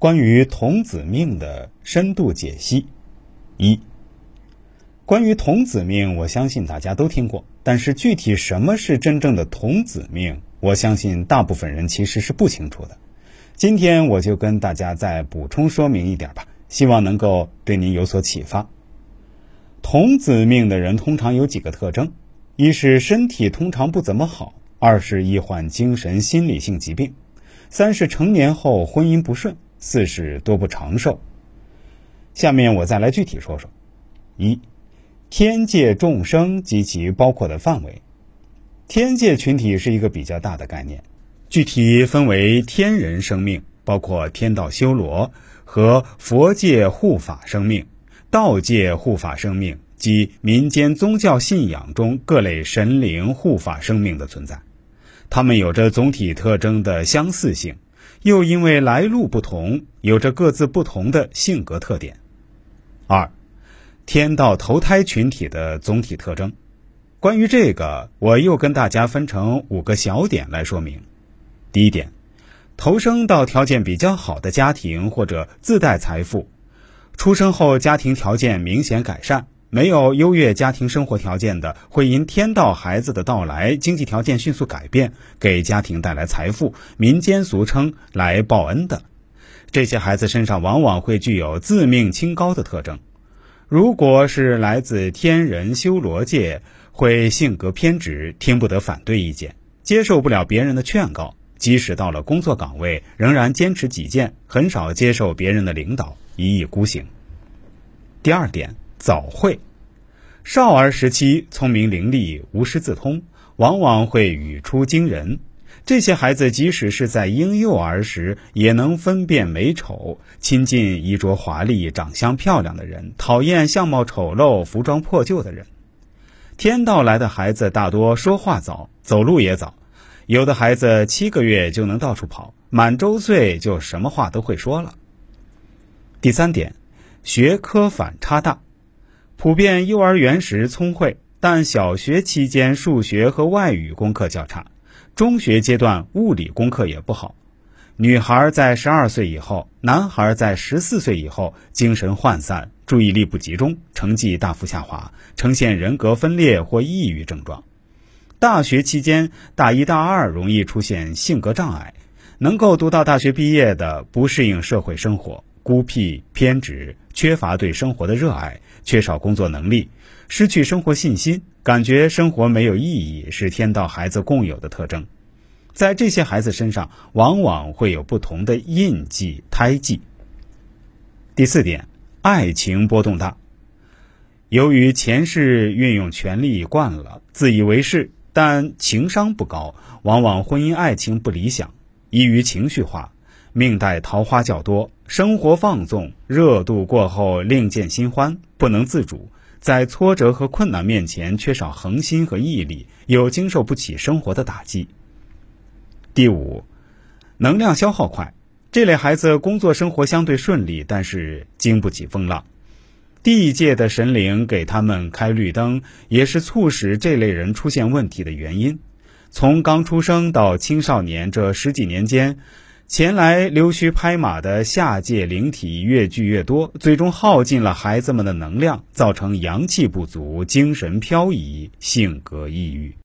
关于童子命的深度解析。一、关于童子命，我相信大家都听过，但是具体什么是真正的童子命，我相信大部分人其实是不清楚的。今天我就跟大家再补充说明一点吧，希望能够对您有所启发。童子命的人通常有几个特征：一是身体通常不怎么好，二是易患精神心理性疾病，三是成年后婚姻不顺，四是多不长寿。下面我再来具体说说。一、天界众生及其包括的范围。天界群体是一个比较大的概念，具体分为天人生命，包括天道修罗和佛界护法生命、道界护法生命及民间宗教信仰中各类神灵护法生命的存在。它们有着总体特征的相似性，又因为来路不同，有着各自不同的性格特点。二、天道投胎群体的总体特征。关于这个，我又跟大家分成5个小点来说明。第一点，投生到条件比较好的家庭或者自带财富，出生后家庭条件明显改善，没有优越家庭生活条件的，会因天道孩子的到来，经济条件迅速改变，给家庭带来财富，民间俗称来报恩的。这些孩子身上往往会具有自命清高的特征。如果是来自天人修罗界，会性格偏执，听不得反对意见，接受不了别人的劝告，即使到了工作岗位，仍然坚持己见，很少接受别人的领导，一意孤行。第二点，早慧。少儿时期聪明伶俐，无师自通，往往会语出惊人。这些孩子即使是在婴幼儿时，也能分辨美丑，亲近衣着华丽、长相漂亮的人，讨厌相貌丑陋、服装破旧的人。天道来的孩子大多说话早，走路也早，有的孩子7个月就能到处跑，满周岁就什么话都会说了。第三点，学科反差大。普遍幼儿园时聪慧，但小学期间数学和外语功课较差，中学阶段物理功课也不好。女孩在12岁以后，男孩在14岁以后，精神涣散，注意力不集中，成绩大幅下滑，呈现人格分裂或抑郁症状。大学期间，大1、大2容易出现性格障碍，能够读到大学毕业的不适应社会生活，孤僻、偏执，缺乏对生活的热爱，缺少工作能力，失去生活信心，感觉生活没有意义，是天道孩子共有的特征。在这些孩子身上，往往会有不同的印记、胎记。第四点，爱情波动大。由于前世运用权力惯了，自以为是，但情商不高，往往婚姻爱情不理想，易于情绪化，命带桃花较多，生活放纵，热度过后另见新欢，不能自主，在挫折和困难面前缺少恒心和毅力，有经受不起生活的打击。第五，能量消耗快。这类孩子工作生活相对顺利，但是经不起风浪。地界的神灵给他们开绿灯，也是促使这类人出现问题的原因。从刚出生到青少年这10几年间，前来溜须拍马的下界灵体越聚越多，最终耗尽了孩子们的能量，造成阳气不足，精神漂移，性格抑郁。